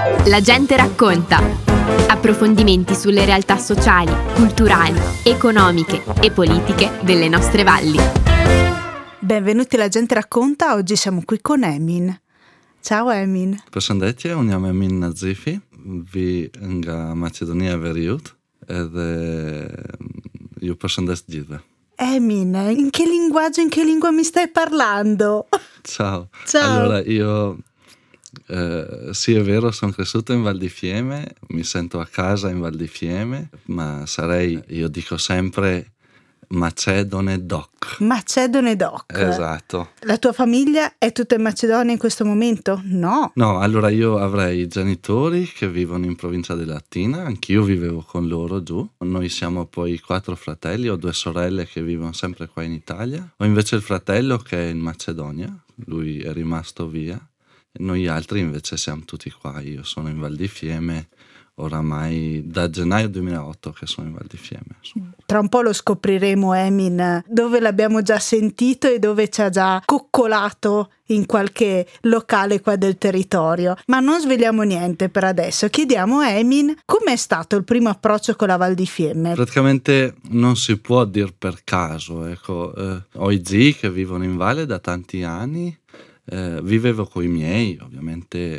La gente racconta. Approfondimenti sulle realtà sociali, culturali, economiche e politiche delle nostre valli. Benvenuti alla gente racconta, oggi siamo qui con Emin. Ciao Emin. Përshëndetje, unë jam Emin Nazifi, vi nga Maqedonia e Veriut edhe ju përshëndes të gjithëve. Emin, in che lingua mi stai parlando? Ciao. Ciao. Allora, io sì, è vero, sono cresciuto in Val di Fiemme, mi sento a casa in Val di Fiemme, ma io dico sempre Macedone Doc. Macedone Doc. Esatto. La tua famiglia è tutta in Macedonia in questo momento? No. No, allora io avrei i genitori che vivono in provincia di Latina, anch'io vivevo con loro giù. Noi siamo poi 4 fratelli, ho 2 sorelle che vivono sempre qua in Italia. Ho invece il fratello che è in Macedonia, lui è rimasto via. Noi altri invece siamo tutti qua, io sono in Val di Fiemme, oramai da gennaio 2008 che sono in Val di Fiemme. Tra un po' lo scopriremo, Emin, dove l'abbiamo già sentito e dove ci ha già coccolato in qualche locale qua del territorio. Ma non sveliamo niente per adesso, chiediamo a Emin com'è stato il primo approccio con la Val di Fiemme. Praticamente non si può dir per caso, ecco, ho i zii che vivono in valle da tanti anni. Vivevo coi miei, ovviamente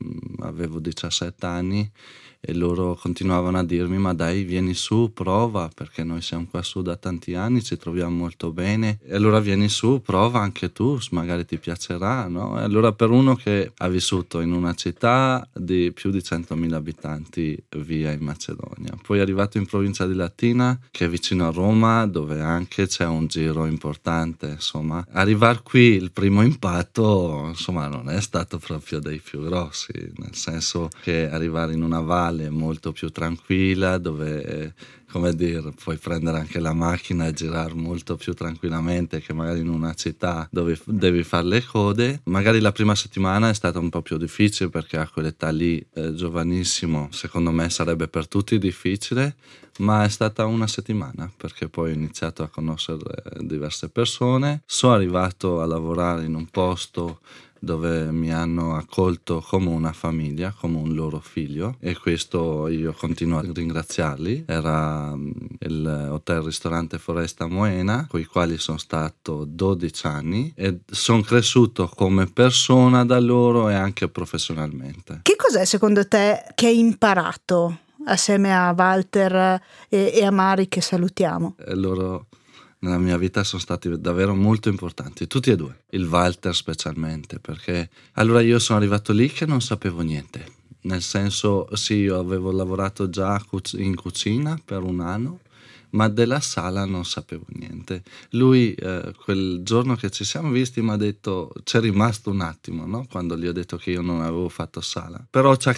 avevo 17 anni e loro continuavano a dirmi ma dai vieni su, prova, perché noi siamo qua su da tanti anni, ci troviamo molto bene e allora vieni su, prova anche tu, magari ti piacerà, no? E allora per uno che ha vissuto in una città di più di 100.000 abitanti via in Macedonia, poi è arrivato in provincia di Latina che è vicino a Roma dove anche c'è un giro importante, insomma arrivare qui il primo impatto insomma non è stato proprio dei più grossi, nel senso che arrivare in una valle molto più tranquilla dove come dire puoi prendere anche la macchina e girare molto più tranquillamente che magari in una città dove devi fare le code. Magari la prima settimana è stata un po' più difficile perché a quell'età lì giovanissimo secondo me sarebbe per tutti difficile, ma è stata una settimana perché poi ho iniziato a conoscere diverse persone, sono arrivato a lavorare in un posto dove mi hanno accolto come una famiglia, come un loro figlio e questo io continuo a ringraziarli. Era il hotel ristorante Foresta Moena con i quali sono stato 12 anni e sono cresciuto come persona da loro e anche professionalmente. Che cos'è secondo te che hai imparato assieme a Walter e a Mari che salutiamo? Loro nella mia vita sono stati davvero molto importanti, tutti e due, il Walter specialmente, perché allora io sono arrivato lì che non sapevo niente, nel senso sì, io avevo lavorato già in cucina per un anno, ma della sala non sapevo niente. Lui quel giorno che ci siamo visti mi ha detto, c'è rimasto un attimo, no? Quando gli ho detto che io non avevo fatto sala, però ci ha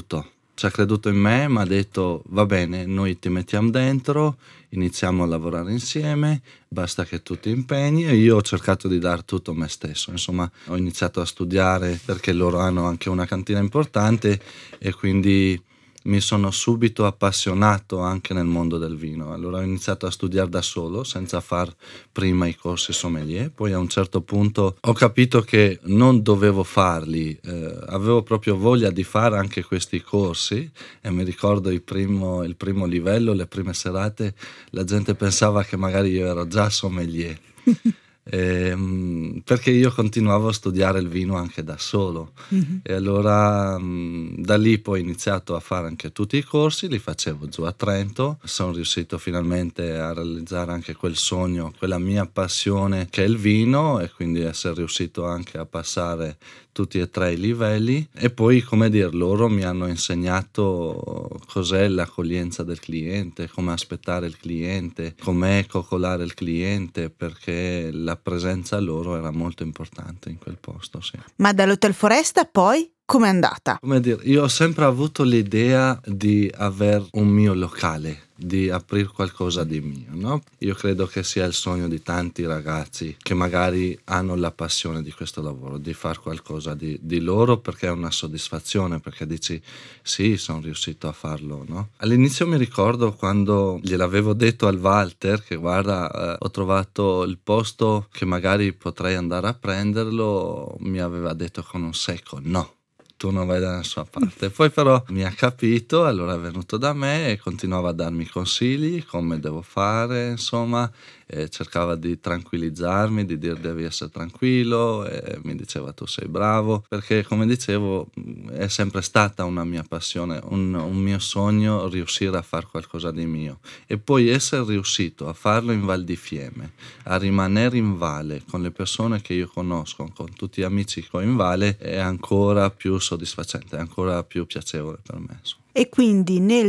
creduto in me, mi ha detto va bene, noi ti mettiamo dentro, iniziamo a lavorare insieme, basta che tu ti impegni e io ho cercato di dare tutto me stesso, insomma ho iniziato a studiare perché loro hanno anche una cantina importante e quindi mi sono subito appassionato anche nel mondo del vino, allora ho iniziato a studiare da solo senza far prima i corsi sommelier, poi a un certo punto ho capito che non dovevo farli, avevo proprio voglia di fare anche questi corsi e mi ricordo il primo livello, le prime serate la gente pensava che magari io ero già sommelier. Perché io continuavo a studiare il vino anche da solo e allora da lì poi ho iniziato a fare anche tutti i corsi, li facevo giù a Trento, sono riuscito finalmente a realizzare anche quel sogno, quella mia passione che è il vino e quindi essere riuscito anche a passare tutti e 3 i livelli e poi come dire loro mi hanno insegnato cos'è l'accoglienza del cliente, come aspettare il cliente, com'è coccolare il cliente, perché la presenza loro era molto importante in quel posto, sì. Ma dall'Hotel Foresta poi com'è andata? Come dire, io ho sempre avuto l'idea di avere un mio locale, di aprire qualcosa di mio, no? Io credo che sia il sogno di tanti ragazzi che magari hanno la passione di questo lavoro, di fare qualcosa di loro perché è una soddisfazione, perché dici sì, sono riuscito a farlo, no? All'inizio mi ricordo quando gliel'avevo detto al Walter che guarda, ho trovato il posto che magari potrei andare a prenderlo, mi aveva detto con un secco no. tu non vai da nessuna parte. Poi però mi ha capito, allora è venuto da me e continuava a darmi consigli come devo fare, insomma, cercava di tranquillizzarmi, di dire devi essere tranquillo, e mi diceva tu sei bravo, perché come dicevo è sempre stata una mia passione, un mio sogno riuscire a fare qualcosa di mio, e poi essere riuscito a farlo in Val di Fiemme, a rimanere in valle con le persone che io conosco, con tutti gli amici che ho in valle, è ancora più soddisfacente, è ancora più piacevole per me, insomma. E quindi nel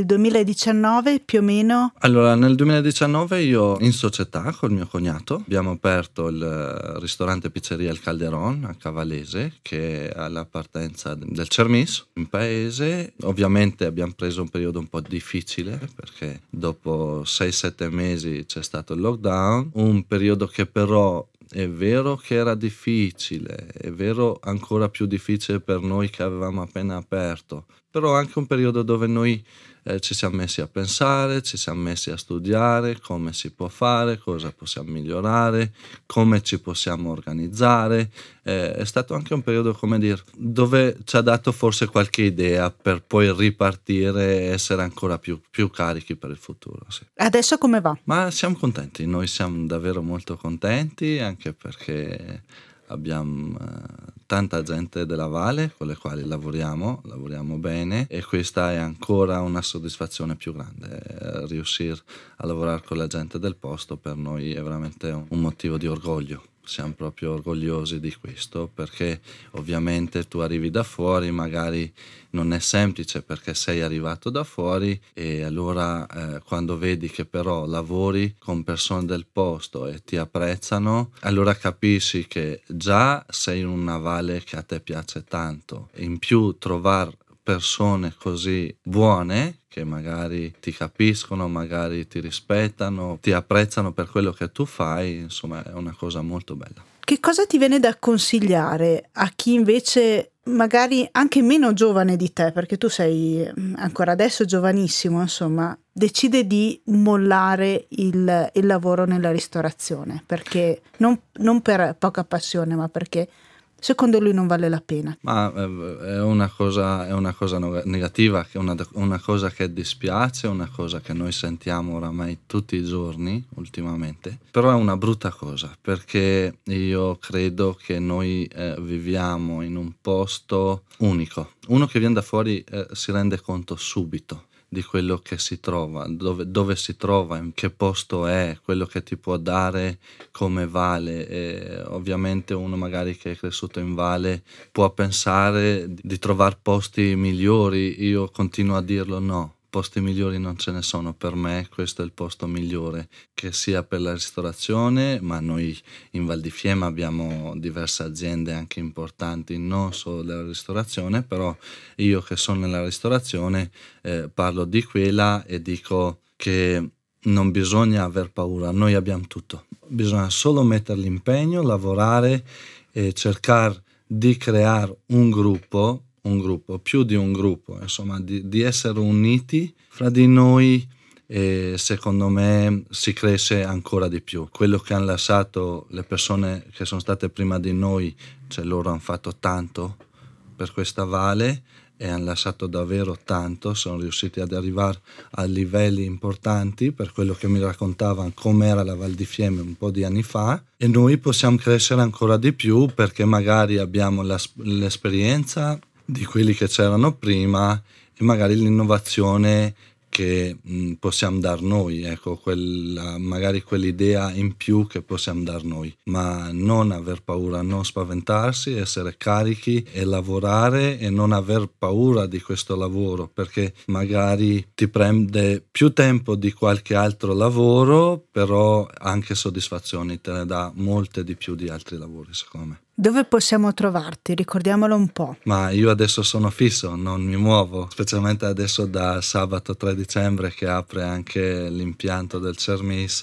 2019 più o meno? Allora, nel 2019 io in società col mio cognato abbiamo aperto il ristorante pizzeria Il Calderon a Cavallese, che è alla partenza del Cermis in paese. Ovviamente abbiamo preso un periodo un po' difficile perché dopo 6-7 mesi c'è stato il lockdown, un periodo che però è vero che era difficile, è vero ancora più difficile per noi che avevamo appena aperto, però anche un periodo dove noi ci siamo messi a pensare, ci siamo messi a studiare come si può fare, cosa possiamo migliorare, come ci possiamo organizzare. È stato anche un periodo, come dire, dove ci ha dato forse qualche idea per poi ripartire e essere ancora più carichi per il futuro. Sì. Adesso come va? Ma siamo contenti, noi siamo davvero molto contenti, anche perché abbiamo tanta gente della Valle con le quali lavoriamo bene, e questa è ancora una soddisfazione più grande. Riuscire a lavorare con la gente del posto per noi è veramente un motivo di orgoglio. Siamo proprio orgogliosi di questo, perché ovviamente tu arrivi da fuori, magari non è semplice perché sei arrivato da fuori, e allora quando vedi che però lavori con persone del posto e ti apprezzano, allora capisci che già sei in una valle che a te piace tanto. In più trovare persone così buone che magari ti capiscono, magari ti rispettano, ti apprezzano per quello che tu fai, insomma è una cosa molto bella. Che cosa ti viene da consigliare a chi invece magari anche meno giovane di te, perché tu sei ancora adesso giovanissimo, insomma, decide di mollare il lavoro nella ristorazione, perché non per poca passione, ma perché secondo lui non vale la pena? Ma è una cosa negativa, che una cosa che dispiace, una cosa che noi sentiamo oramai tutti i giorni ultimamente, però è una brutta cosa, perché io credo che noi viviamo in un posto unico. Uno che viene da fuori si rende conto subito di quello che si trova, dove si trova, in che posto è, quello che ti può dare come Valle. E ovviamente uno magari che è cresciuto in Valle può pensare di trovare posti migliori. Io continuo a dirlo, no, posti migliori non ce ne sono. Per me questo è il posto migliore, che sia per la ristorazione, ma noi in Val di Fiemme abbiamo diverse aziende anche importanti, non solo della ristorazione, però io che sono nella ristorazione parlo di quella e dico che non bisogna aver paura, noi abbiamo tutto, bisogna solo mettere l'impegno, lavorare e cercare di creare un gruppo, più di un gruppo, insomma, di essere uniti fra di noi, e secondo me si cresce ancora di più. Quello che hanno lasciato le persone che sono state prima di noi, cioè loro hanno fatto tanto per questa valle e hanno lasciato davvero tanto, sono riusciti ad arrivare a livelli importanti, per quello che mi raccontavano com'era la Val di Fiemme un po' di anni fa, e noi possiamo crescere ancora di più perché magari abbiamo l'esperienza di quelli che c'erano prima e magari l'innovazione che possiamo dar noi, ecco, magari quell'idea in più che possiamo dar noi, ma non aver paura, non spaventarsi, essere carichi e lavorare e non aver paura di questo lavoro, perché magari ti prende più tempo di qualche altro lavoro, però anche soddisfazioni te ne dà molte di più di altri lavori, secondo me. Dove possiamo trovarti? Ricordiamolo un po'. Ma io adesso sono fisso, non mi muovo, specialmente adesso da sabato 3 dicembre che apre anche l'impianto del Cermis.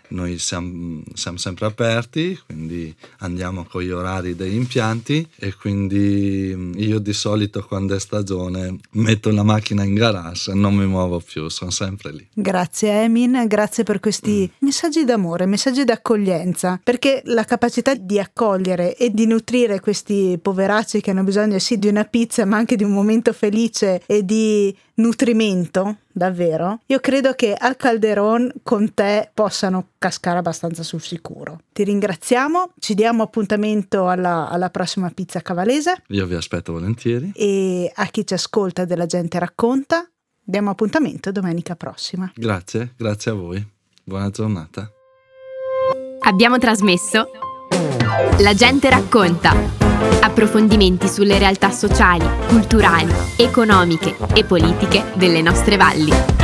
noi siamo sempre aperti, quindi andiamo con gli orari degli impianti e quindi io di solito quando è stagione metto la macchina in garage e non mi muovo più, sono sempre lì. Grazie Emin, grazie per questi messaggi d'amore, messaggi d'accoglienza, perché la capacità di accogliere e di nutrire questi poveracci che hanno bisogno sì di una pizza ma anche di un momento felice e di nutrimento, davvero, io credo che al Calderón con te possano cascare abbastanza sul sicuro. Ti ringraziamo, ci diamo appuntamento alla prossima pizza cavalese. Io vi aspetto volentieri. E a chi ci ascolta della gente racconta, diamo appuntamento domenica prossima. Grazie a voi, buona giornata. Abbiamo trasmesso La gente racconta. Approfondimenti sulle realtà sociali, culturali, economiche e politiche delle nostre valli.